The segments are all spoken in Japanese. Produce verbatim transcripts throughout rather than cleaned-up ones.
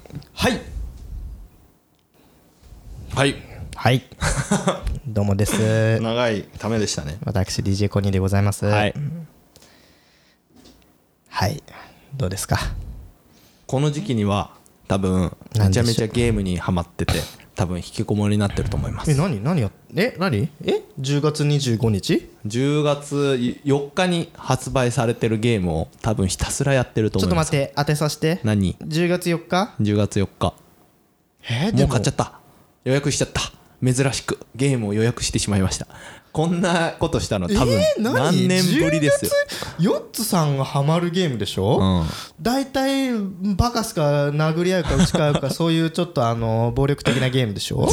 はいはいはいどうもです長いためでしたね。 私 ディージェー コニーでございます。 はいはいどうですか。 この時期には多分めちゃめちゃゲームにハマってて多分引きこもりになってると思います。 え何何やえ何えじゅうがつにじゅうごにちじゅうがつよっかに発売されてるゲームを多分ひたすらやってるとちょっと思います。 待って当てさせて。 何じゅうがつよっかじゅうがつよっかえもう買っちゃった。予約しちゃった。珍しくゲームを予約してしまいました。こんなことしたの多分えー何何年ぶりですよ。 ヨッツさんがハマるゲームでしょ、 うん大体バカすか殴り合うか打ち合うかそういうちょっとあの暴力的なゲームでしょ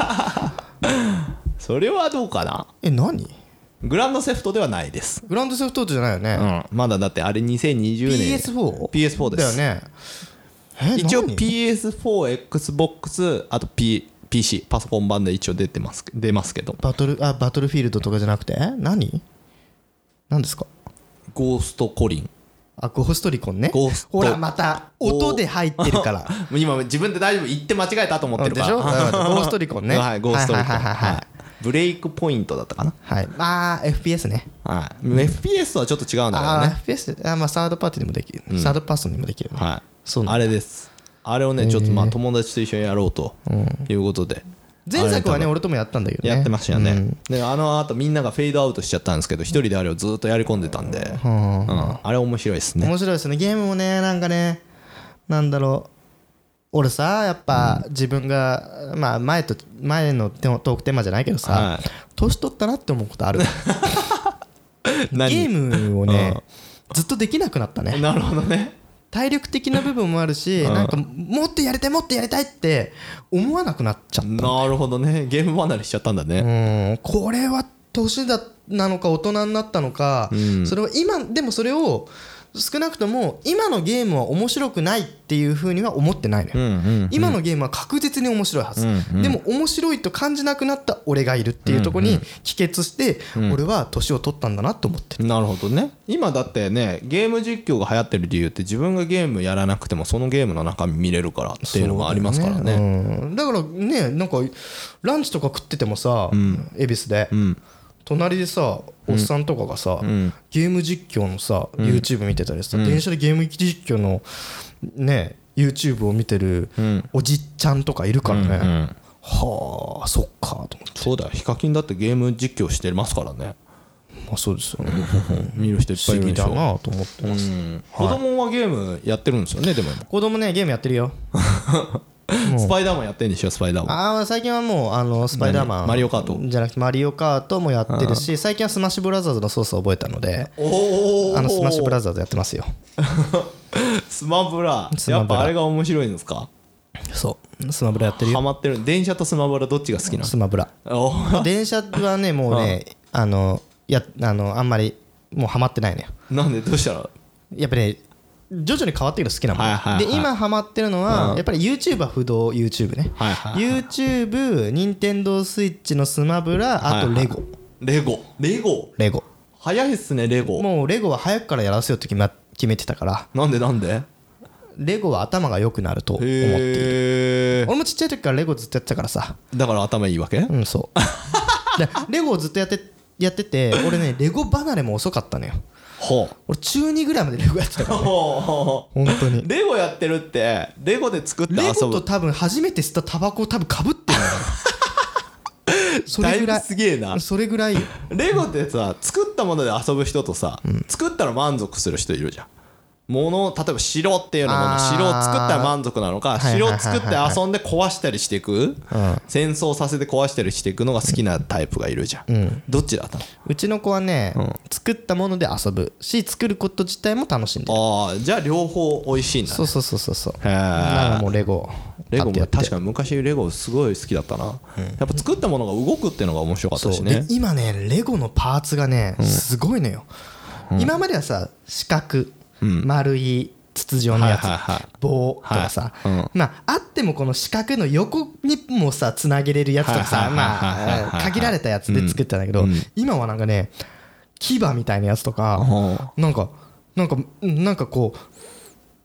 それはどうかな。 え何グランドセフトではないです。 グランドセフトオートじゃないよね、 うん、まだだってあれにせんにじゅうねんピーエスフォー? ピーエスフォー ですだよね。え一応何ピーエスフォー、Xbox あと Pピーシー パソコン版で一応出てます出ますけどバトルあバトルフィールドとかじゃなくて何何ですか。 ゴーストコリンあゴーストリコンね。 ゴーストほらまた音で入ってるから今自分で大丈夫言って間違えたと思ってるからでしょゴーストリコンねはいゴーストリコンはいはいはいはい、 はいブレイクポイントだったかな。 はい、まあ エフピーエス ね。 はい、エフピーエス とはちょっと違うんだけどあーね。 エフピーエス あまあサードパーティーにもできる、 うんサードパーソンにもできる、ね、 はいそうなんだあれです。あれをねちょっとまあ友達と一緒にやろうということで、 前作はねあれ俺ともやったんだけどねやってましたよね、 うんであの後みんながフェードアウトしちゃったんですけど一人であれをずっとやり込んでたんで、うんあれ面白いですね。 面白いですね。ゲームもねなんかねなんだろう俺さやっぱ自分がまあ前と前のトークテーマじゃないけどさ、 はい年取ったなって思うことある。ゲ何ームをねずっとできなくなったね。 なるほどね。 体力的な部分もあるしなんかもっとやりたいもっとやりたいって思わなくなっちゃった。 なるほどね。ゲーム離れしちゃったんだね。 うんこれは年だなのか大人になったのか、 うんそれは今でもそれを少なくとも今のゲームは面白くないっていうふうには思ってないのよ、 うんうん今のゲームは確実に面白いはず、 うんうんでも面白いと感じなくなった俺がいるっていうところに帰結して俺は年を取ったんだなと思ってる。 なるほどね。今だってねゲーム実況が流行ってる理由って自分がゲームやらなくてもそのゲームの中身見れるからっていうのがありますからね。 うんだからねなんかランチとか食っててもさ恵比寿でうん隣でさおっさんとかがさ、 んゲーム実況のさ、YouTube 見てたりさ、電車でゲーム実況のね YouTube を見てるおじっちゃんとかいるからね、 うんうんはあそっかと思って。 そうだよ。ヒカキンだってゲーム実況してますからね。 まあそうですよね見る人いっ不思議ぱいいるでしょ。 だなと思ってます、 うん子供はゲームやってるんですよね。でも今子供ねゲームやってるよ。 スパイダーマンやってんでしょ。スパイダーマンああ最近はもうあのスパイダーマン何マリオカートじゃなくてマリオカートもやってるし最近はスマッシュブラザーズの操作を覚えたのでおあのスマッシュブラザザーズやってますよ。 スマブラスマブラやっぱあれが面白いんですか。 そうスマブラやってるよ。 ハマってる。電車とスマブラどっちが好きなスマブラの。お電車はねもうねあのやあのあんまりもうハマってないのよ。 なんでどうしたら。 やっぱりね徐々に変わってくるの好きなもん、 はいはいはいで今ハマってるのは、 うんやっぱり YouTube は不動 YouTube ね、 はいはいはい YouTube 任天堂スイッチのスマブラあとレゴ、 レゴレゴレゴ早いっすねレゴ。 もうレゴは早くからやらせようって決め決めてたからなんでなんで。 レゴは頭が良くなると思っている。 へえ。 俺もちっちゃい時からレゴずっとやってたからさだから頭いいわけ。 うんそうでレゴをずっとやってやってて俺ねレゴ離れも遅かったのよ。 ほう俺中にぐらいまでレゴやってたからねほう本当にレゴやってるってレゴで作ってレ遊ぶ。 ゴと多分初めて吸ったタバコを多分かぶってるのよそれぐらいだいぶすげえな。 それぐらいよ。 レゴってさ作ったもので遊ぶ人とさ、作ったら満足する人いるじゃん。もの例えば城っていうのもあー城を作ったら満足なのか、 はいはいはいはい城を作って遊んで壊したりしていく、戦争させて壊したりしていくのが好きなタイプがいるじゃん、どっちだったの。 うちの子はね、作ったもので遊ぶし作ること自体も楽しんでる。 ああじゃあ両方美味しいんだね。 そうそうそうそうそう。 へえ。 だからもうレゴレゴも買ってやって確かに昔レゴすごい好きだったな、やっぱ作ったものが動くっていうのが面白かったしそうでね。 今ねレゴのパーツがねすごいのよ、今まではさ四角、丸い筒状のやつ、 はいはいはい棒とかさ、 はいうんまああってもこの四角の横にもさつなげれるやつとかさはいはいはいはいはいまあ限られたやつで作ってたんだけど、今はなんかね牙みたいなやつとか、なんかなんかなんかこう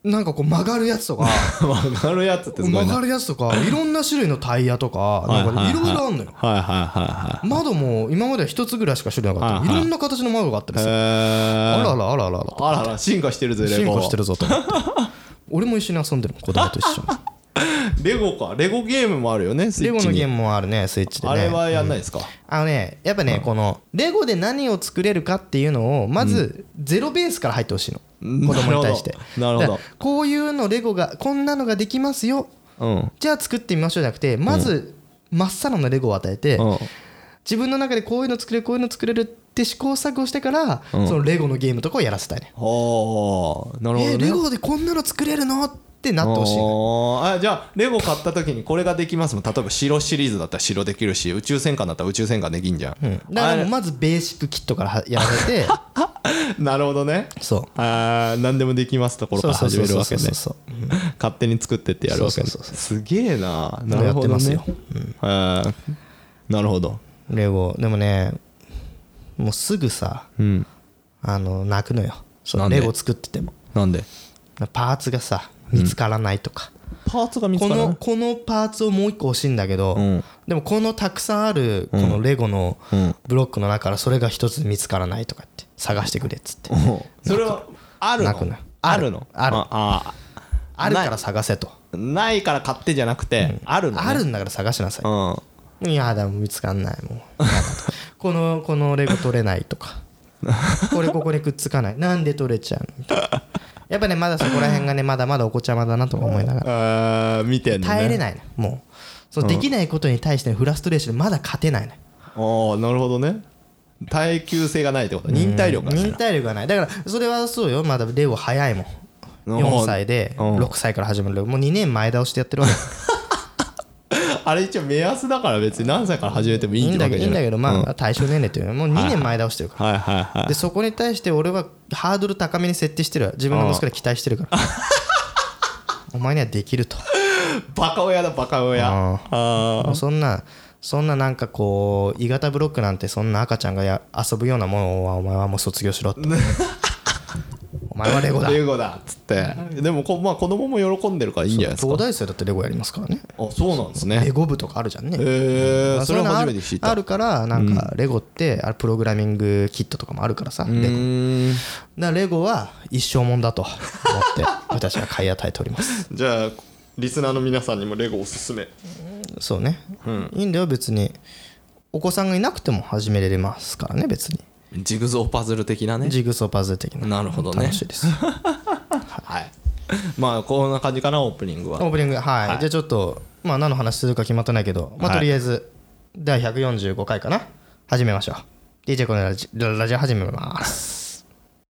なんかこう曲がるやつとか曲がるやつってすごいな。 曲がるやつとかいろんな種類のタイヤとかなんかいろいろあんのよ。 はいはいはいはい。 窓も今までは一つぐらいしか種類なかった、はいはい、いろんな形の窓があったりする。 へー、 あららあらあらあらあらら進化してるぜレゴ。 進化してるぞと思って俺も一緒に遊んでる子供と一緒にレゴか。レゴゲームもあるよねスイッチに。 レゴのゲームもあるねスイッチでね。 あれはやんないですか、うん、 あのねやっぱね、うん、このレゴで何を作れるかっていうのをまずゼロベースから入ってほしいの、うん、子供に対して。 なるほど。 こういうのレゴがこんなのができますよ、うん、じゃあ作ってみましょうじゃなくてまずまっさらなレゴを与えて、うん、自分の中でこういうの作れるこういうの作れるって試行錯誤してから、うん、そのレゴのゲームとかをやらせたいね。 はあ、なるほどね。 えー、レゴでこんなの作れるのってなってほしい。 あ、じゃあレゴ買った時にこれができますもん。例えば城シリーズだったら城できるし、宇宙戦艦だったら宇宙戦艦できんじゃん、うん、 だからもうまずベーシックキットからやらせてなるほどね。そう、あ、何でもできますところから始めるわけね。勝手に作ってってやるわけね。すげえな。なるほどね。うん、あ、なるほど。 レゴでもねもうすぐさ、うん、あの泣くのよ。そのレゴ作ってても。 なんで？ パーツがさ見つからないとか、 うん、パーツが見つからない。 このこのパーツをもう一個欲しいんだけど、うん、でもこのたくさんあるこのレゴのブロックの中からそれが一つ見つからないとかって探してくれっつって、うん、 それはあるの？あるの？ あるあああるから探せと。 ないから買ってじゃなくて、うん、あるのね。 あるんだから探しなさい、うん、いやだもう見つかんないもうこのこのレゴ取れないとかこれここにくっつかないなんで取れちゃうみたいな。やっぱねまだそこら辺がねまだまだお子ちゃまだなとか思いながら、 あ見てんのね。 耐えれないのもうそうできないことに対してのフラストレーションでまだ勝てないの。 ああなるほどね。耐久性がないってこと。忍耐力がない。 忍耐力がない。だからそれはそうよ。まだレゴ早いもん。よんさいでろくさいから始める。もうにねんまえ倒してやってるわけあれ一応目安だから別に何歳から始めてもいいってわけじゃない。いいんだけどまあ対象年齢っていうのはもうにねんまえ倒してるから。はいはいはい。でそこに対して俺はハードル高めに設定してる。自分の息子に期待してるから。お前にはできると。 バカ親だバカ親。ああ。そんなそんななんかこう鋳型ブロックなんてそんな赤ちゃんがや遊ぶようなものはお前はもう卒業しろって。お前はレゴだレゴだっつって。でもこ、まあ、子供も喜んでるからいいんじゃないですか。 東大生だってレゴやりますからね。 あそうなんですね。 レゴ部とかあるじゃんね。 へえ。それは初めて知った。 あるからなんかレゴってあれプログラミングキットとかもあるからさ。レゴだからレゴは一生もんだと思って私は買い与えております。 じゃあリスナーの皆さんにもレゴおすすめ。 そうね、うん、いいんだよ別に。お子さんがいなくても始めれますからね別に。 ジグゾーパズル的なね。 ジグソーパズル的な。 なるほどね。 楽しいです。 はい。まあこんな感じかなオープニングは。 オープニング、はい、はい。じゃあちょっとまあ何の話するか決まってないけど、まあとりあえずだいひゃくよんじゅうごかいかな。始めましょう。ディージェー このラジラジオ始めます。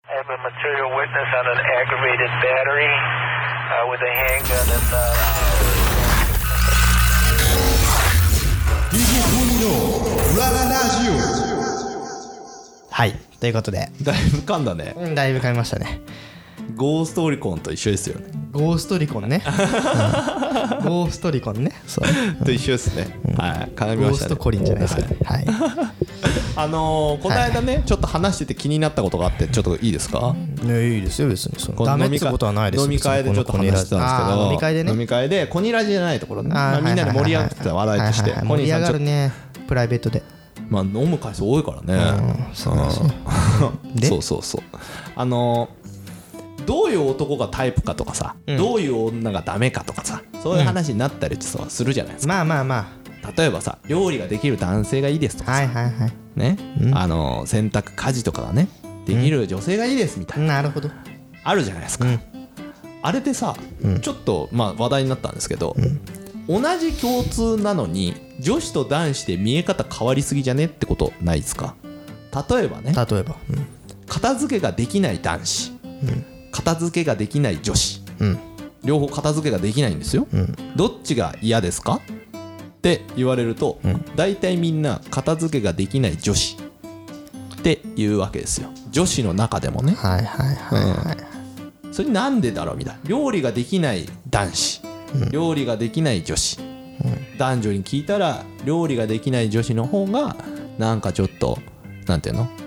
ディージェー コニーのラララジオ。はいということでだいぶ噛んだね。 うんだいぶ噛みましたね。 ゴーストリコンと一緒ですよね。 ゴーストリコンね、うん、ゴーストリコンねそう、 うん、と一緒ですね、うん、はい噛みましたね。 ゴーストコリンじゃないですかね。はい、はい、 あのー、この間ね、はい、ちょっと話してて気になったことがあってちょっといいですか。 ねいいですよ別に。そのダメってことはないですよ。 飲み会でちょっと話してたんですけど、 飲み会でね飲み会でコニラジじゃないところで、ねまあ、みんなで盛り上がってた話題として盛り上がるねプライベートで。 まあ飲む回数多いからね、うん、そうそうそうそう。あのどういう男がタイプかとかさ、うん、どういう女がダメかとかさそういう話になったりするじゃないですか、 うん、まあまあまあ例えばさ料理ができる男性がいいですとかさ、はいはいはいねうん、あの洗濯家事とかがねできる女性がいいですみたいな、うん、 なるほどあるじゃないですか、うん、あれでさ、うん、ちょっとまあ話題になったんですけど、うん、同じ共通なのに女子と男子で見え方変わりすぎじゃねってことないですか。例えばね例えば、うん、 片付けができない男子、うん片付けができない女子、うん、両方片付けができないんですよ、うん、どっちが嫌ですかって言われると、うん、大体みんな片付けができない女子って言うわけですよ。女子の中でもね。はいはいはい、はいうん、それなんでだろうみたいな。料理ができない男子、うん、料理ができない女子、うん、男女に聞いたら料理ができない女子の方がなんかちょっとなんていうの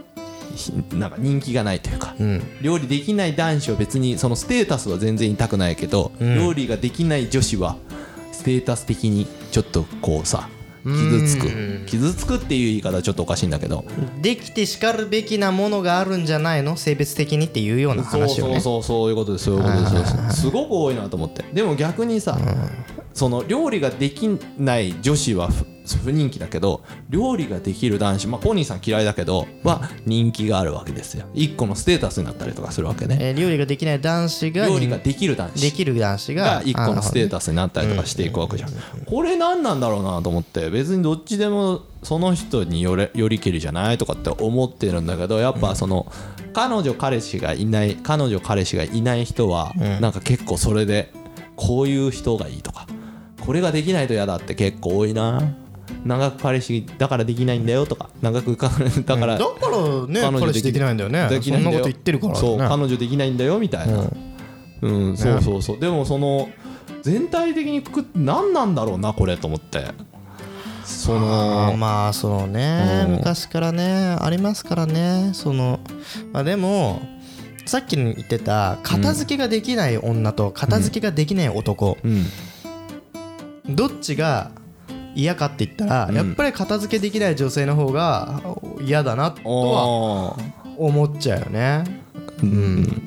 なんか人気がないというか、 うん、 料理できない男子は別にそのステータスは全然痛くないけど、うん、料理ができない女子はステータス的にちょっとこうさ傷つく傷つくっていう言い方はちょっとおかしいんだけど、 できてしかるべきなものがあるんじゃないの性別的にっていうような話をね。 そうそうそうそういうことですそういうことですすごく多いなと思って。でも逆にさ、うん、その料理ができない女子は不人気だけど料理ができる男子、まあポニーさん嫌いだけどは人気があるわけですよ。一個のステータスになったりとかするわけね、 えー、料理ができない男子が料理ができる男子できる男子が一個のステータスになったりとかしていくわけじゃん。これ何なんだろうなと思って、別にどっちでもその人によれよりけりじゃないとかって思ってるんだけど、やっぱその彼女彼氏がいない彼女彼氏がいない人はなんか結構それでこういう人がいいとかこれができないと嫌だって結構多いな。長く彼氏だからできないんだよとか長くだからだからね彼氏できないんだよね。そんなこと言ってるからね。 そう彼女できないんだよみたいな、うん、うん、そうそうそう。でもその全体的にくくって何なんだろうなこれと思って。そのあまあそのね、うん、昔からねありますからね。そのまあでもさっき言ってた片付けができない女と片付けができない男、うんうん、どっちが嫌かって言ったら、うん、やっぱり片付けできない女性の方が嫌だなとは思っちゃうよね、うんうん、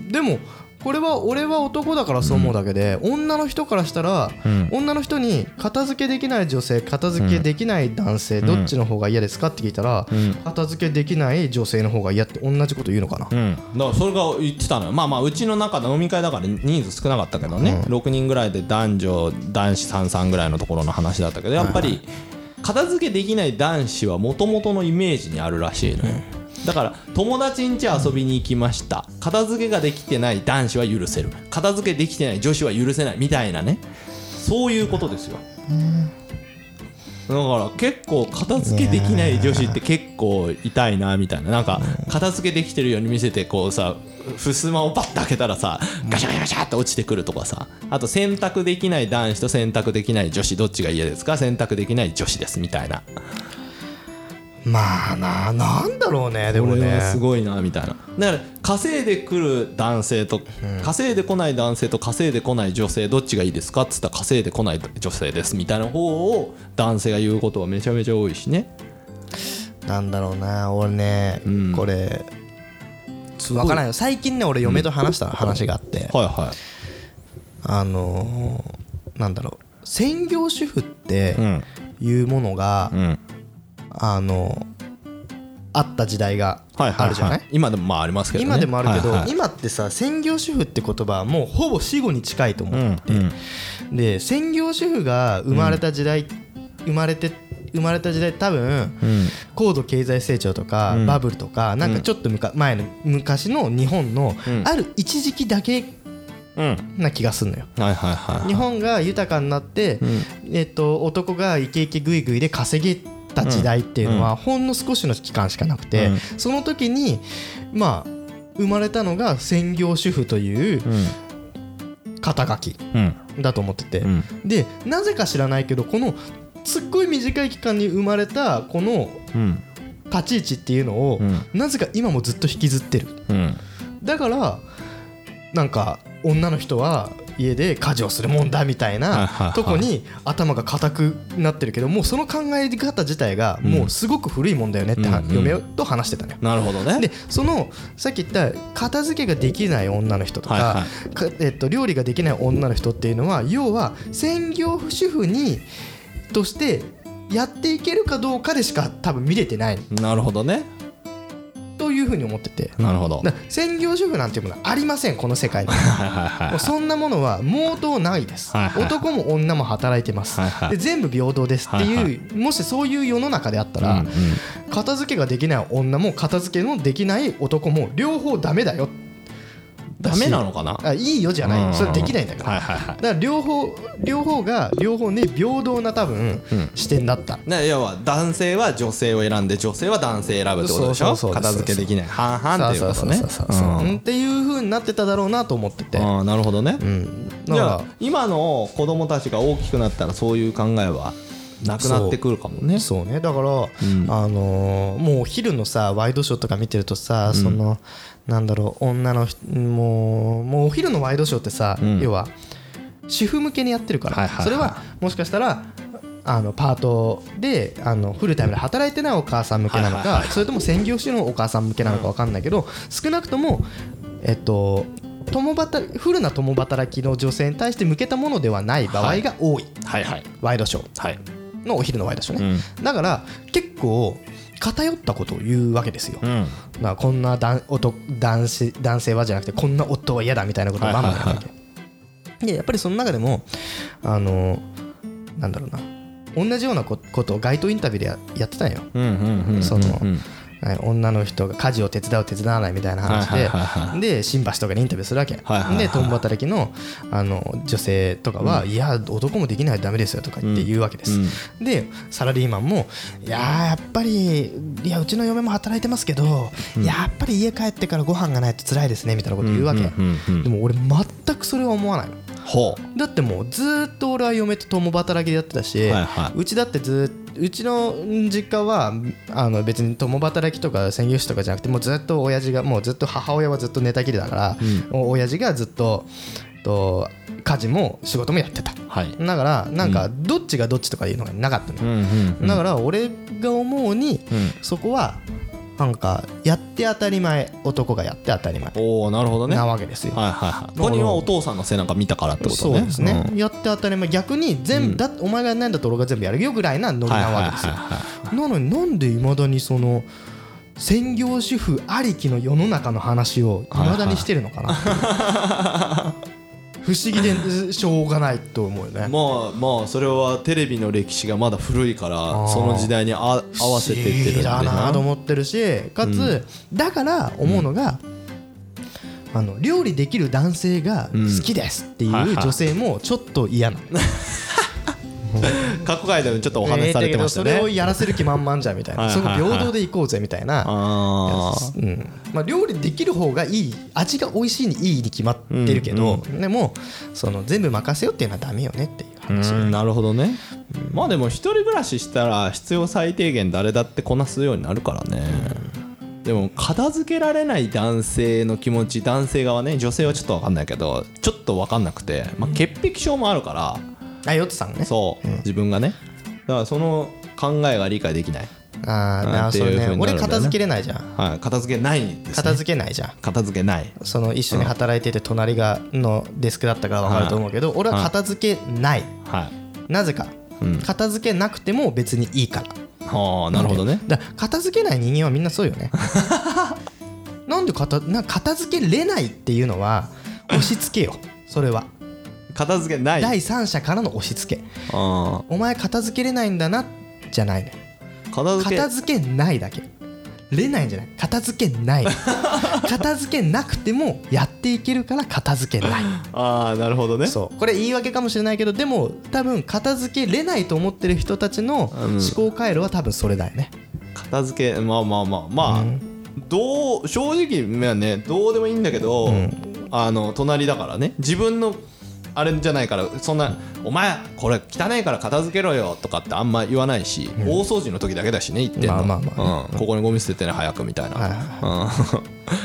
でもこれは俺は男だからそう思うだけで、うん、女の人からしたら、うん、女の人に片付けできない女性片付けできない男性、うん、どっちの方が嫌ですかって聞いたら、うん、片付けできない女性の方が嫌って同じこと言うのかな、うん、 だからそれが言ってたのよ。まあまあうちの中で飲み会だから人数少なかったけどね、うん、ろくにんぐらいで男女男子さんさんぐらいのところの話だったけど、やっぱり片付けできない男子はもともとのイメージにあるらしいのよ、うんだから友達ん家遊びに行きました、片付けができてない男子は許せる、片付けできてない女子は許せないみたいなね、そういうことですよ。だから結構片付けできない女子って結構痛いなみたいな。なんか片付けできてるように見せてこうさ襖をパッと開けたらさガシャガシャガシャって落ちてくるとかさ、あと洗濯できない男子と洗濯できない女子どっちが嫌ですか、洗濯できない女子ですみたいな。 まあな、なんだろうね。でもねこれはすごいなみたいな。だから稼いでくる男性と、うん、稼いでこない男性と稼いでこない女性どっちがいいですかっつったら稼いでこない女性ですみたいな方を男性が言うことはめちゃめちゃ多いしね。 なんだろうな俺ね、うん、これ分からないよ。最近ね俺嫁と話した話があって、 うん、はいはい、 あのー、なんだろう専業主婦っていうものが、うんうんあのあった時代があるじゃない、はいはいはい、 今でもまあありますけどね。 今でもあるけど、はいはい、今ってさ専業主婦って言葉はもうほぼ死語に近いと思ってて、うんうん、で専業主婦が生まれた時代、うん、生まれて生まれた時代多分、うん、高度経済成長とか、うん、バブルとかなんかちょっとむか前の昔の日本のある一時期だけな気がするのよ、 うんはいはいはいはい、 日本が豊かになって、うんえっと、男がイケイケグイグイで稼げた時代っていうのはほんの少しの期間しかなくて、うん、その時にまあ生まれたのが専業主婦という肩書きだと思ってて、うん、でなぜか知らないけどこのすっごい短い期間に生まれたこの立ち位置っていうのをなぜか今もずっと引きずってる、うん、だからなんか女の人は家で家事をするもんだみたいなとこに頭が固くなってるけどもうその考え方自体がもうすごく古いもんだよねって嫁と話してたのよ。 なるほどね。 でそのさっき言った片付けができない女の人とかえっと料理ができない女の人っていうのは要は専業主婦にとしてやっていけるかどうかでしか多分見れてない。 なるほどね。 というふうに思ってて、 なるほど。 専業主婦なんていうものはありませんこの世界にもうそんなものは毛頭ないです、はいはいはい、男も女も働いてます、はいはい、で全部平等ですっていう、はいはい、もしそういう世の中であったら、うんうん、片付けができない女も片付けのできない男も両方ダメだよ。 ダメなのかな。 あいいよじゃない、それできないんだから、はいはいはい、だから両方両方が両方ね平等な多分、うん、視点だった。 要は男性は女性を選んで女性は男性選ぶってことでしょ。そうそうそうそう、片付けできない半々っていうことね。そうそうそうそう、うん、 っていう風になってただろうなと思ってて。 ああなるほどね、 うん、 じゃあ今の子供たちが大きくなったらそういう考えはなくなってくるかもね。 そうね、だから、うん、あのー、もうお昼のさワイドショーとか見てるとさ、うん、そのなんだろう女のもうもうお昼のワイドショーってさ、うん、要は主婦向けにやってるから、はいはいはい、それはもしかしたらあのパートであのフルタイムで働いてないお母さん向けなのか、はいはいはい、それとも専業主婦のお母さん向けなのか分かんないけど、少なくともえっと共働フルな共働きの女性に対して向けたものではない場合が多い、はいはいはい、ワイドショーのお昼のワイドショーね、うん、だから結構偏ったことを言うわけですよ、うん、だからこんな男男子男性はじゃなくてこんな夫は嫌だみたいなことをバンバンやるわけ、はいはいはい、でやっぱりその中でもあのなんだろうな同じようなことを街頭インタビューで や, やってたんよ、その女の人が家事を手伝う手伝わないみたいな話で、はいはいはいはい、で新橋とかにインタビューするわけ、はいはいはい、で共働き の, あの女性とかは、うん、いや男もできないとダメですよとか言って言うわけです、うんうん、でサラリーマンもいややっぱりいやうちの嫁も働いてますけど、うん、やっぱり家帰ってからご飯がないと辛いですねみたいなこと言うわけ、うんうんうんうん、でも俺全くそれは思わないの。ほうだってもうずっと俺は嫁と共働きでやってたし、はいはい、うちだってずっとうちの実家はあの別に共働きとか専業主婦とかじゃなくてもうずっと親父がもうずっと母親はずっと寝たきりだから、うん、親父がずっとと家事も仕事もやってた、はい、だからなんかどっちがどっちとかいうのがなかったの、うんうんうん、だから俺が思うに、うん、そこはなんかやって当たり前男がやって当たり前おーなるほどねなわけですよ。 はいはいはい。ここにはお父さんの背中見たからってことね。 そうですね、うん、やって当たり前逆に全部、うん、だお前がやんないんだったら俺が全部やるよぐらいなノリなわけですよ、はいはいはいはい、なのになんでいまだにその専業主婦ありきの世の中の話をいまだにしてるのかな、はいはい不思議でしょうがないと思うよね。 まあまあそれはテレビの歴史がまだ古いからその時代にあ合わせていってるんだなと思ってるし、かつ、うん、だから思うのが、うん、あの料理できる男性が好きですっていう女性もちょっと嫌なの、うん過去回でもちょっとお話しされてましたね、 えー、それをやらせる気満々じゃんみたいな、そこ平等でいこうぜみたいなあ、うんまあ、料理できる方がいい味が美味しいにいいに決まってるけど、うんうん、でもその全部任せようっていうのはダメよねっていう話。 うんなるほどね、うん、まあでも一人暮らししたら必要最低限誰だってこなすようになるからね、うん、でも片付けられない男性の気持ち男性側ね女性はちょっと分かんないけどちょっと分かんなくて、まあ、潔癖症もあるからあヨッツさんねそう、うん、自分がねだからその考えが理解できないああそうね俺片付けれないじゃん、 はい、片付けないですね片付けないじゃん片付けないその一緒に働いてて隣がのデスクだったから分かると思うけど、はい、俺は片付けない、はい、なぜか、うん、片付けなくても別にいいからはあなるほどねだ片付けない人間はみんなそうよねなんで片な片付けれないっていうのは押し付けよそれは片付けない第三者からの押し付けあお前片付けれないんだなじゃないね片付け片付けないだけれないんじゃない片付けない片付けなくてもやっていけるから片付けないああなるほどねそうこれ言い訳かもしれないけどでも多分片付けれないと思ってる人たちの思考回路は多分それだよね、 うん、片付けまあまあまあまあ、うん、どう正直ねどうでもいいんだけど、うん、あの隣だからね自分のあれじゃないからそんなお前これ汚いから片付けろよとかってあんま言わないし、うん、大掃除の時だけだしね言ってんの、まあまあまあねうん、ここにゴミ捨ててね早くみたいな、はいはい、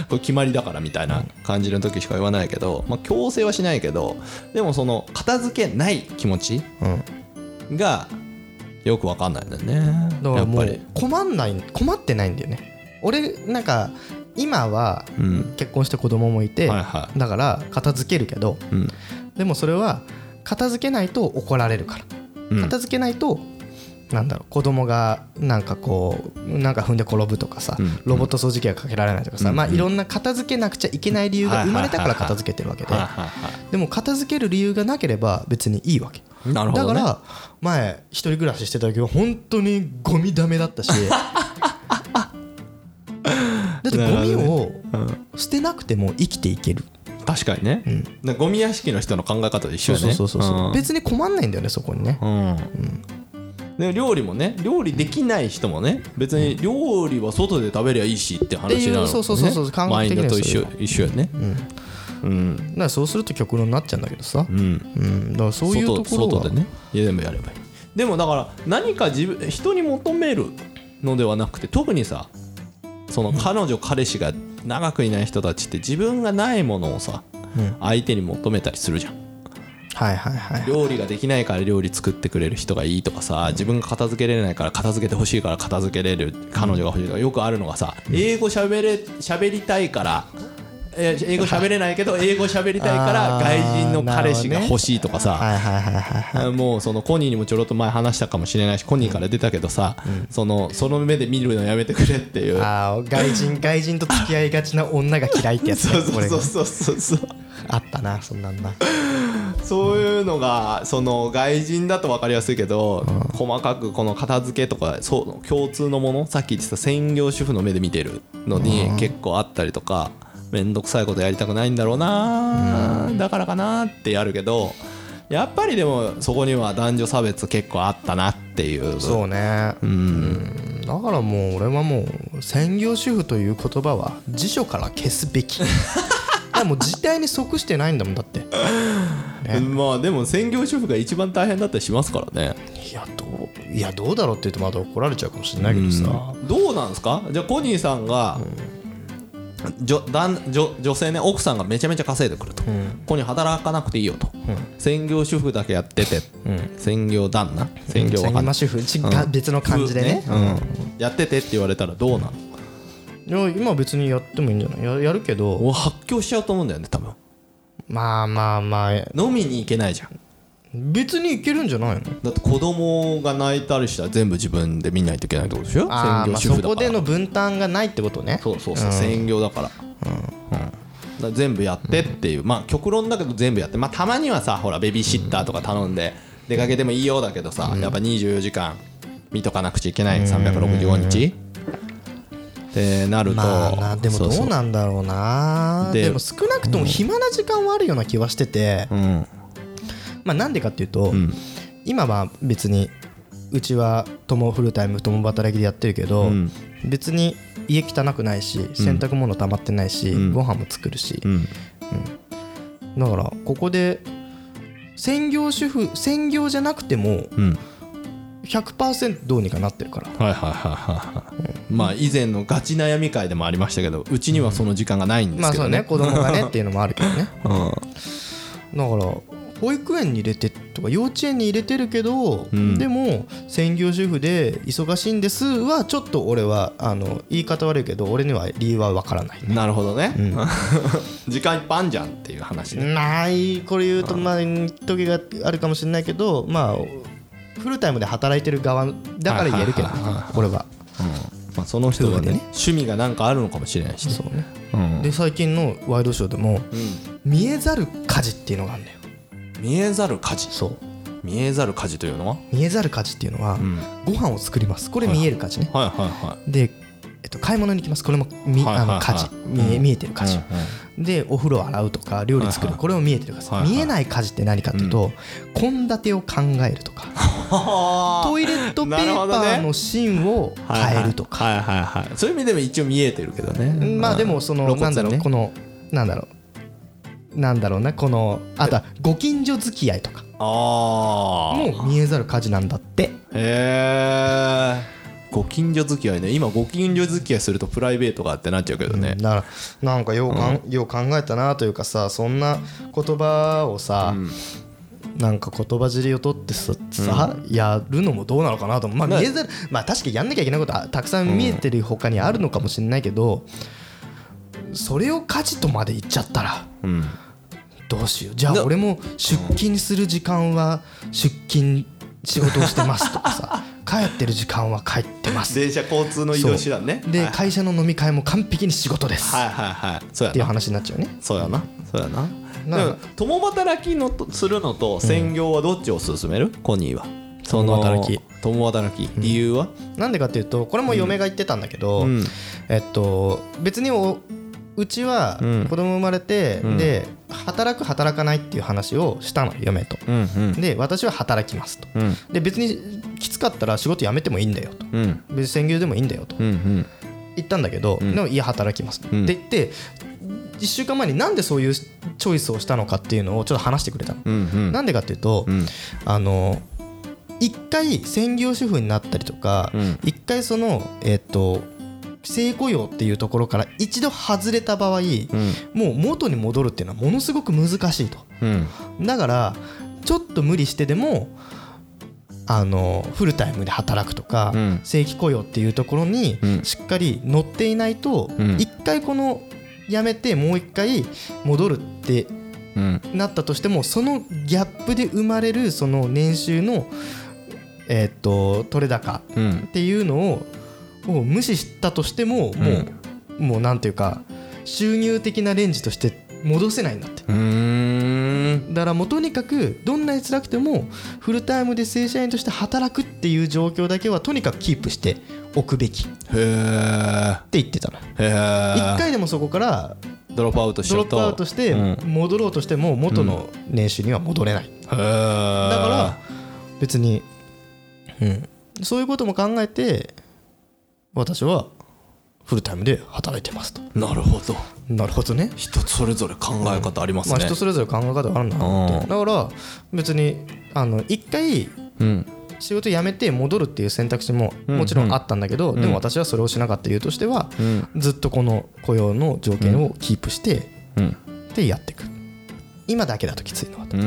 これ決まりだからみたいな感じの時しか言わないけど、まあ、強制はしないけどでもその片付けない気持ちがよく分かんないんだよね。 だからもう困んない困ってないんだよね。俺なんか今は結婚して子供もいて、うんはいはい、だから片付けるけど、うん、でもそれは片付けないと怒られるから、うん、片付けないとなんだろう子供がなんかこうなんか踏んで転ぶとかさ、うん、ロボット掃除機がかけられないとかさ、うん、まあいろんな片付けなくちゃいけない理由が生まれたから片付けてるわけで、でも片付ける理由がなければ別にいいわけ。なるほどね、だから前一人暮らししてた時は本当にゴミダメだったしだってゴミを捨てなくても生きていける。 確かにね、うん、ゴミ屋敷の人の考え方と一緒よね。 そうそうそうそう、うん、別に困んないんだよねそこにね、うんうん、 で料理もね料理できない人もね別に料理は外で食べりゃいいしって話なの、ね、 そうそうそうそうマインドと一緒一緒やね、うんうん、だからそうすると極論になっちゃうんだけどさ、うんうん、だからそういうところは外でねいやでもやればいい。 でもだから何か自分人に求めるのではなくて、特にさその彼女彼氏が長くいない人たちって自分がないものをさ、うん、相手に求めたりするじゃん。 はいはいはい、 料理ができないから料理作ってくれる人がいいとかさ、自分が片付けれないから片付けてほしいから片付けれる彼女が欲しいとかよくあるのがさ、英語しゃべれ喋りたいから英語喋れないけど英語喋りたいから外人の彼氏が欲しいとかさ、もうそのコニーにもちょろっと前話したかもしれないし、コニーから出たけどさ、そのその目で見るのやめてくれっていう、 あ外人外人と付き合いがちな女が嫌いってやつね。 そうそうそうそうそうあったなそんなんな。 そういうのがその外人だと分かりやすいけど、うん、細かくこの片付けとかそう共通のもの、さっき言ってた専業主婦の目で見てるのに結構あったりとか、めんどくさいことやりたくないんだろうな、うん、だからかなってやるけど、やっぱりでもそこには男女差別結構あったなっていう。 そうね、うん、うん、だからもう俺はもう専業主婦という言葉は辞書から消すべき。もう時代に即してないんだもんだって、ね、 まあでも専業主婦が一番大変だったりしますからね。 いやどういやどうだろうって言うとまた怒られちゃうかもしれないけどさ、 うん、どうなんですか。じゃあコニーさんが、うん、女, 女, 女性ね、奥さんがめちゃめちゃ稼いでくると、うん、コニー働かなくていいよと、うん、専業主婦だけやってて、うん、専業旦那専業主婦、うん、別の感じでね、 うん、やっててって言われたらどうなの。 いや今別にやってもいいんじゃない。 や, やるけど発狂しちゃうと思うんだよね多分。 まあまあまあ飲みに行けないじゃん。 別に行けるんじゃないの。 だって子供が泣いたりしたら全部自分で見ないといけないってことでしょ。 あ専業主婦だから、まあ、そこでの分担がないってことね。 そうそうそう、うん、専業だから、うんうん、だから全部やってっていう、まあ極論だけど全部やって、まあたまにはさほらベビーシッターとか頼んで出かけてもいいよだけどさ、うん、やっぱにじゅうよじかん見とかなくちゃいけない、さんびゃくろくじゅうごにちってなると、 まあな、でもどうなんだろうな。そうそう で, でも少なくとも暇な時間はあるような気はしてて、うん、まあなんでかっていうと、うん、今は別にうちは共フルタイム共働きでやってるけど、うん、別に家汚くないし洗濯物溜まってないし、うん、ご飯も作るし、うんうん、だからここで専業主婦専業じゃなくても、うんひゃくパーセント どうにかなってるから。 はいはいはいはい、うん、まあ以前のガチ悩み会でもありましたけど、うちにはその時間がないんですけどね、 うん、まあそうね、子供がねっていうのもあるけどね、うん、だから保育園に入れてとか幼稚園に入れてるけど、うん、でも専業主婦で忙しいんですはちょっと俺はあの言い方悪いけど俺には理由は分からない、ね、 なるほどね、うん、時間いっぱいあんじゃんっていう話ね。 ないこれ言うとまあ時があるかもしれないけど、まあフルタイムで働いてる側だから言えるけど、これは、うんまあ、その人がね趣味がなんかあるのかもしれないし、ね、そうね、 うん、で最近のワイドショーでも、うん、見えざる家事っていうのがあるんだよ。 見えざる家事。 そう見えざる家事というのは見えざる家事っていうのは、うん、ご飯を作ります。これ見える家事ね、 はいはいはい、 で、えっと、買い物に行きます。これもみ、はいはいはい、あの家事 見え、見えてる家事、うんうん、でお風呂洗うとか料理作る、はいはい、これも見えてる家事、はいはい、見えない家事って何かっていうと献立、うん、を考えるとかトイレットペーパーの芯を変えるとか、 はいはいはいはい、そういう意味でも一応見えてるけどね。 まあでもその、ね、なんだろうこのなんだろうなんだろうなこのあとはご近所付き合いとかもう見えざる家事なんだって。 へえ。ご近所付き合いね。今ご近所付き合いするとプライベートがってなっちゃうけどね、 うん、だからなんかようかん、うん、よう考えたなというかさ、そんな言葉をさ、うん、なんか言葉尻を取ってさ、うん、やるのもどうなのかなと思う。まあ見えざる、まあ確かにやんなきゃいけないことはたくさん見えてる他にあるのかもしれないけど、うん、それを家事とまで言っちゃったら、うん、どうしよう。じゃあ俺も出勤する時間は出勤仕事をしてますとかさ帰ってる時間は帰ってます。 電車交通の移動手段ね。 で、はい、会社の飲み会も完璧に仕事です。 はいはいはい。そうやな。 っていう話になっちゃうね。 そうやな。そうやな。だから共働きのするのと専業はどっちを勧める？うん、コニーは。 その共働き。 共働き。理由は？ うん、なんでかっていうとこれも嫁が言ってたんだけど、うん、えっと別におうちは子供生まれて、うん、で働く働かないっていう話をしたの嫁と、うんうん、で私は働きますと、うん、で別にきつかったら仕事辞めてもいいんだよと、うん、別に専業でもいいんだよと、うんうん、言ったんだけど、うん、でもいや働きますと、うん、って言っていっしゅうかんまえになんでそういうチョイスをしたのかっていうのをちょっと話してくれたの、うんうん、なんでかっていうと、うん、あの一回専業主婦になったりとか、うん、一回そのえっと正雇用っていうところから一度外れた場合、うん、もう元に戻るっていうのはものすごく難しいと、うん、だからちょっと無理してでもあのフルタイムで働くとか、うん、正規雇用っていうところにしっかり乗っていないと、うん、一回この辞めてもう一回戻るってなったとしても、そのギャップで生まれるその年収のえー、っと取れ高っていうのを、うん、を無視したとしても、もう、うん、もうなんていうか収入的なレンジとして戻せないんだって。うーん、だからもうとにかくどんなに辛くてもフルタイムで正社員として働くっていう状況だけはとにかくキープしておくべきって言ってたの。へ一回でもそこからドロップアウトしちゃうとドロップアウトして戻ろうとしても元の年収には戻れない、うん、だから別に、うん、そういうことも考えて私はフルタイムで働いてますと。 なるほどなるほどね。 人それぞれ考え方ありますね、 うん、まあ、人それぞれ考え方があるんだなって。だから別にあの一回仕事辞めて戻るっていう選択肢ももちろんあったんだけど、うんうん、でも私はそれをしなかった理由としては、うん、ずっとこの雇用の条件をキープして、うん、でやっていく。今だけだときついのはと、うん、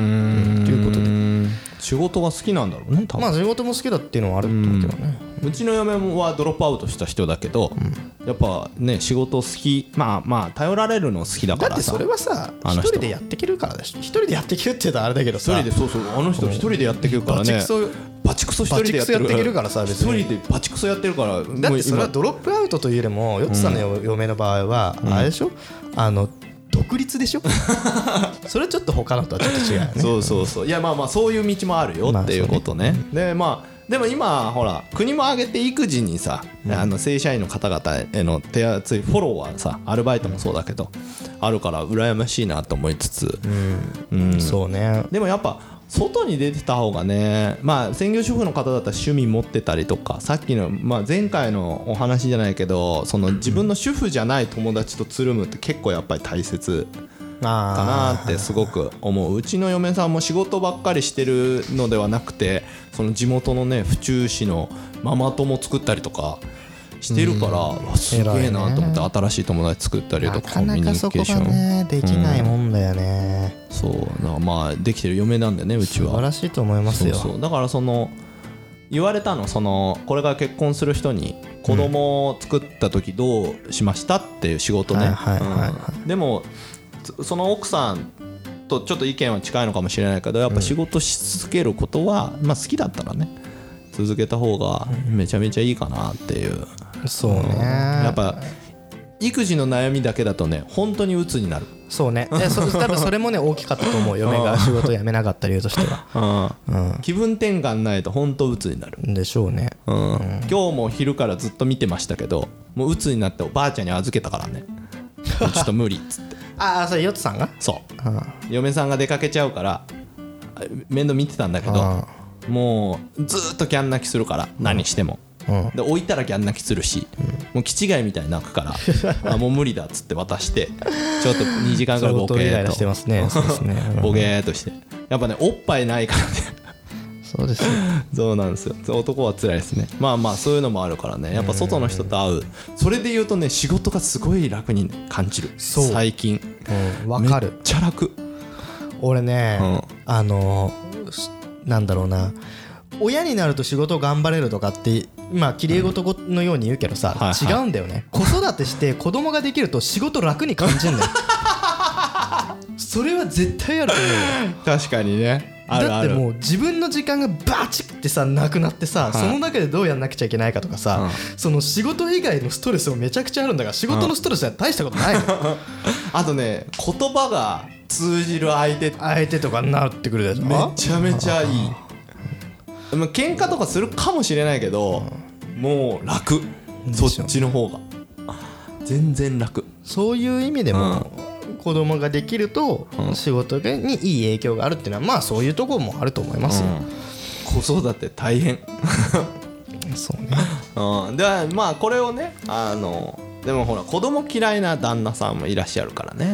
ということで仕事が好きなんだろうね多分。 まあ仕事も好きだっていうのはあると思うけどね、 うん、うちの嫁はドロップアウトした人だけど、うん、やっぱね仕事好き、まあまあ頼られるの好きだからさ。 だってそれはさ一人でやっていけるからでしょ。一人でやっていけるって言うとあれだけどさ、 一人でそうそうあの人一人でやっていけるからね。バチクソバチクソ一人でやってるやっていけるからさ、別に一人でバチクソやってるから。 だってそれはドロップアウトというよりもヨッツさんの嫁の場合はあれでしょ、あの独立でしょそれちょっと他のとはちょっと違うよね。 そうそうそう。いやまあまあそういう道もあるよっていうことね、まあね、でまあでも今ほら国も挙げて育児にさ、うん、あの正社員の方々への手厚いフォローはさアルバイトもそうだけど、うん、あるから羨ましいなと思いつつ、 うんうん、そうね。 でもやっぱ外に出てた方がね、まあ専業主婦の方だったら趣味持ってたりとか、さっきの、まあ、前回のお話じゃないけどその自分の主婦じゃない友達とつるむって結構やっぱり大切かなってすごく思う。うちの嫁さんも仕事ばっかりしてるのではなくて、その地元のね府中市のママ友作ったりとかしてるから、うん、すげえなと思って新しい友達作ったりとかコミュニケーションなかなかそこがねできないもんだよね、 うん、そうだまあできてる嫁なんでねうちは。 素晴らしいと思いますよ。 そうそうだからその言われたのそのこれから結婚する人に子供を作った時どうしましたっていう仕事ね。でもその奥さんとちょっと意見は近いのかもしれないけどやっぱ仕事し続けることは、まあ、好きだったらね続けた方がめちゃめちゃいいかなっていう。 そうね、うん、 やっぱ育児の悩みだけだとね本当に鬱になる。 そうね。でそ多分それもね大きかったと思う嫁が仕事を辞めなかった理由としては、 うんうん、気分転換ないと本当鬱になるでしょうね、うんうん、 今日も昼からずっと見てましたけどもう鬱になっておばあちゃんに預けたからねちょっと無理っつってああそれヨッツさんがそう、うん、嫁さんが出かけちゃうから面倒見てたんだけどもうずっとギャン泣きするから何しても、うん、で置いたらギャン泣きするし、うん、もう気違いみたいに泣くからあもう無理だっつって渡してちょっとにじかんぐらいボケーっとしてますね。そうですね、うん、 ボケーっとしてやっぱねおっぱいないからねそうですよそうなんですよ。男は辛いですね。まあまあそういうのもあるからねやっぱ外の人と会うそれで言うとね仕事がすごい楽に感じる最近。 うん、分かる。 めっちゃ楽。 俺ね、うん、あのなんだろうな親になると仕事頑張れるとかってまあ綺麗事のように言うけどさ、うんはいはい、違うんだよね。子育てして子供ができると仕事楽に感じるんだよそれは絶対あると思うよ。 確かにねあるある。 だってもう自分の時間がバチってさなくなってさ、はい、その中でどうやんなくちゃいけないかとかさ、うん、その仕事以外のストレスもめちゃくちゃあるんだから仕事のストレスは大したことないの、うん、 あとね言葉が通じる相手相手とかになってくるでしょ。 めちゃめちゃいい。まあ、喧嘩とかするかもしれないけど、うん、もう楽そっちの方が全然楽。 そういう意味でも、うん、子供ができると仕事にいい影響があるっていうのはまあそういうところもあると思いますよ、 うん、子育て大変そうね、 うん、でまあこれをねあのでもほら子供嫌いな旦那さんもいらっしゃるからね。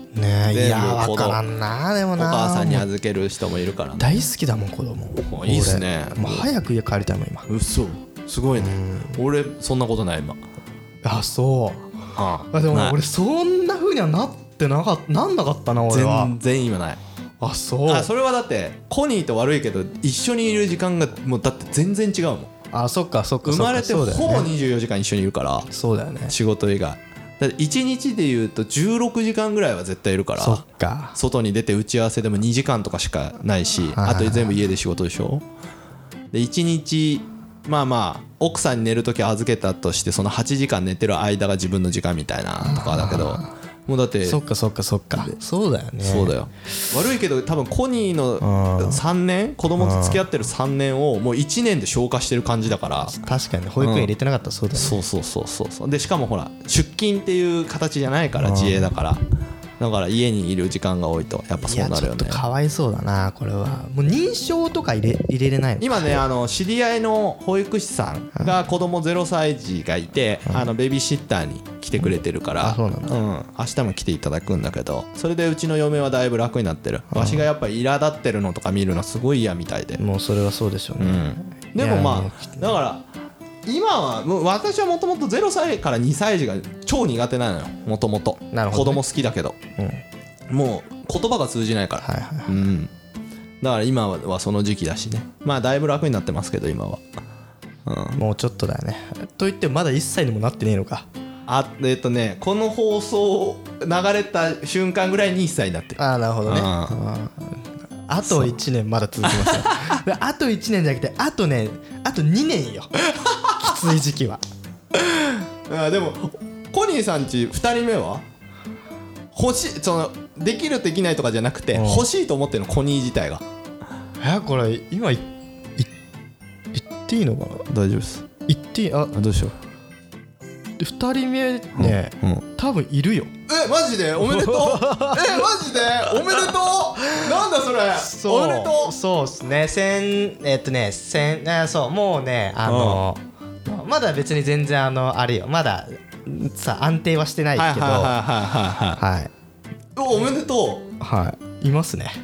ねえ、い全部や子供分からんな。でもおな、 母さんに預ける人もいるからね。 大好きだもん子供。 いいっすね。 もう早く家帰りたいもん今。 嘘、すごいね。俺そんなことない今。 あ、そうああ。でもない俺そんな風にはなってなかった、なんなかったな俺は。 全然今ない。 あ、そうあ、それはだってコニーと悪いけど一緒にいる時間がもうだって全然違うもん。 あ、そっかそっか。 生まれてそうだよねほぼにじゅうよじかん一緒にいるから。 そうだよね。 仕事以外だっていちにちでいうとじゅうろくじかんぐらいは絶対いるから。 そっか。 外に出て打ち合わせでもにじかんとかしかないし、あと全部家で仕事でしょ。でいちにちまあまあ奥さんに寝るとき預けたとしてそのはちじかん寝てる間が自分の時間みたいなとかだけど、もうだってそっかそっかそっか。そうだよね。 そうだよ。悪いけど多分コニーのさんねん子供と付き合ってるさんねんをもういちねんで消化してる感じだから。 確かに保育園入れてなかったらそうだよね。 そうそうそうそうそう。でしかもほら出勤っていう形じゃないから自営だから、だから家にいる時間が多いとやっぱそうなるよね。 いやちょっとかわいそうだなこれは。もう認証とか入れ入れれないの。 今ねあの知り合いの保育士さんが子供ゼロさい児がいて、あのベビーシッターに来てくれてるから、 あ、そうなんだ。 うん、明日も来ていただくんだけど、それでうちの嫁はだいぶ楽になってる。わしがやっぱり苛立ってるのとか見るのすごい嫌みたいで。 もうそれはそうでしょうね。 うん、でもまあだから今はもう私はもともとゼロさいからにさい児が超苦手なのよ。もともと子供好きだけど、うん、もう言葉が通じないから、はいはいはい、うん、だから今はその時期だしね。まあだいぶ楽になってますけど今は、 うん、もうちょっとだよね。といってもまだいっさいにもなってねえのか。 あ、えっとねこの放送流れた瞬間ぐらいにいっさいになってる。 ああなるほどね。あ, あといちねんまだ続きますよあといちねんじゃなくてあとねあとにねんよきつい時期はあ。でもコニーさんちふたりめは欲しい、そのできるできないとかじゃなくて欲しいと思ってるのコニー自体が。 えこれ今いい言っていいのかな。 大丈夫です。 言っていい。あどうしよう。 ふたりめね、うんうん、多分いるよ。 えマジでおめでとうえマジでおめでとうなんだそれ。 そうおめでとう。 そうっすね。せんえっとねせんあそうもうねあのまだ別に全然あのあれよまださ安定はしてないけど、はいはい。 おめでとう。はいいますね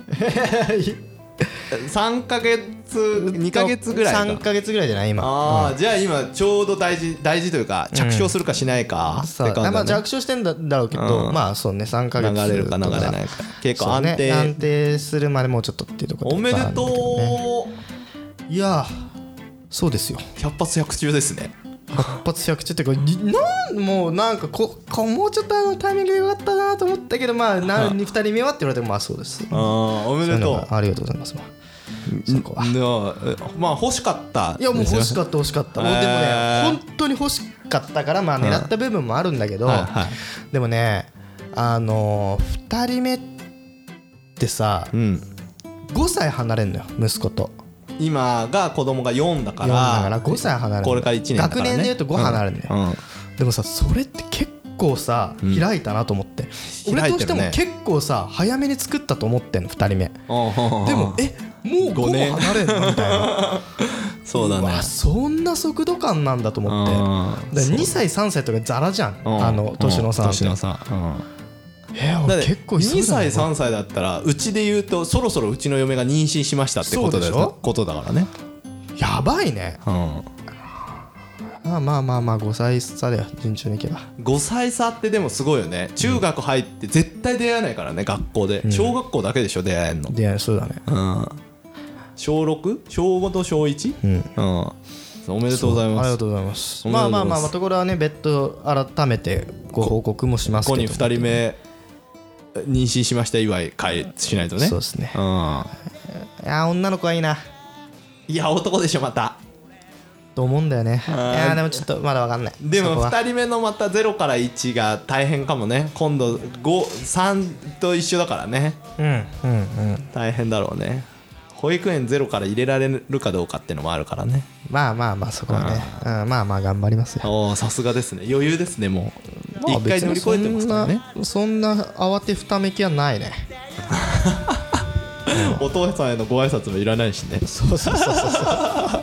さんかげつにかげつぐらいか。さんかげつぐらいじゃない今。 ああ、うん、じゃあ今ちょうど大事大事というか着床するかしないか、 うん、そう、まあ着床してんだろうけど、うん、まあそうねさんかげつ流れるか流れないか結構安定、 ね、安定するまでもうちょっとっていうところ、 ね、おめでとう。いやそうですよ。 ひゃく発ひゃく中ですね。 ひゃく発ひゃく中っていうかなんもうなんかここもうちょっとあのタイミングが良かったなと思ったけどまあ何にふたりめはって言われてもまあそうです。 ああおめでとう。 ありがとうございます。 そこはまあ欲しかった。 いやもう欲しかった欲しかった。もうでもね本当に欲しかったからまあ狙った部分もあるんだけど、でもねあのふたりめってさごさい離れんのよ息子と。 今が子供がよんだからよんだからごさい離れる。 これからいちねんだからね。 学年でいうとご離れるんだよ。でもさそれって結構さ開いたなと思って、俺としても結構さ早めに作ったと思ってんのふたりめ。でもえもうご離れんのみたいなそうだね。 うわそんな速度感なんだと思って。だからにさいさんさいとかザラじゃんあの年の差。 年の差。 え俺結構にさいさんさいだったらうちで言うとそろそろうちの嫁が妊娠しましたってことだよことだからね。 やばいね。まあまあまあまあごさい差だよ順調にいけば。 ごさい差ってでもすごいよね。中学入って絶対出会えないからね学校で。小学校だけでしょ出会えんの。 出会えそうだね。 しょうろくしょうごとしょういち。おめでとうございます。 ありがとうございます。まあまあまあところはね別途改めてご報告もしますけど。 ここにふたりめ妊娠しました祝い会しないとね。 そうですね。いや女の子はいいな。 いや男でしょまたと思うんだよね。いやでもちょっとまだ分かんない。 でもふたりめのまたゼロからいちが大変かもね。今度ご、さんと一緒だからね。 うんうんうん大変だろうね。保育園ゼロから入れられるかどうかっていうのもあるからね。 まあまあまあそこはね、うん、まあまあ頑張りますよ。 おおさすがですね。余裕ですねもう。一回乗り越えてますからね。 そんな慌てふためきはないね。 お父さんへのご挨拶もいらないしね。 そうそうそうそう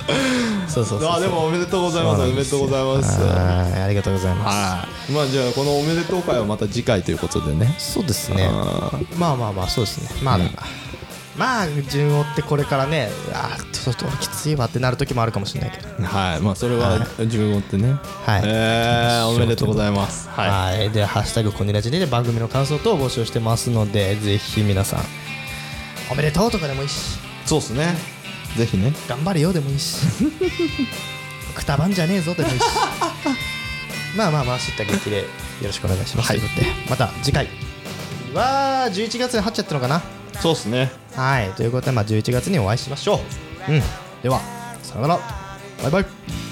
そうそうそう。 あでもおめでとうございます。おめでとうございます。 はい、ありがとうございます。 はい。まあじゃあこのおめでとう会はまた次回ということでね。 そうですね。まあまあまあそうですね。まあ、うん、まあ順を追ってこれからね、あちょっときついわってなる時もあるかもしれないけど。 はい。まあそれは順を追ってね。はい。えー、おめでとうございます。 はい。はい、でハッシュタグコニラジで番組の感想等を募集してますので、ぜひ皆さんおめでとうとかでもいいし。 そうですね。ぜひね。 頑張れよでもいいし。くたばんじゃねえぞでもいいし。まあまあまあ知った激励よろしくお願いします。はい、ということでまた次回はじゅういちがつに入っちゃったのかな。 そうですね。 はい、ということでまあじゅういちがつにお会いしましょう。うん。ではさよなら。バイバイ。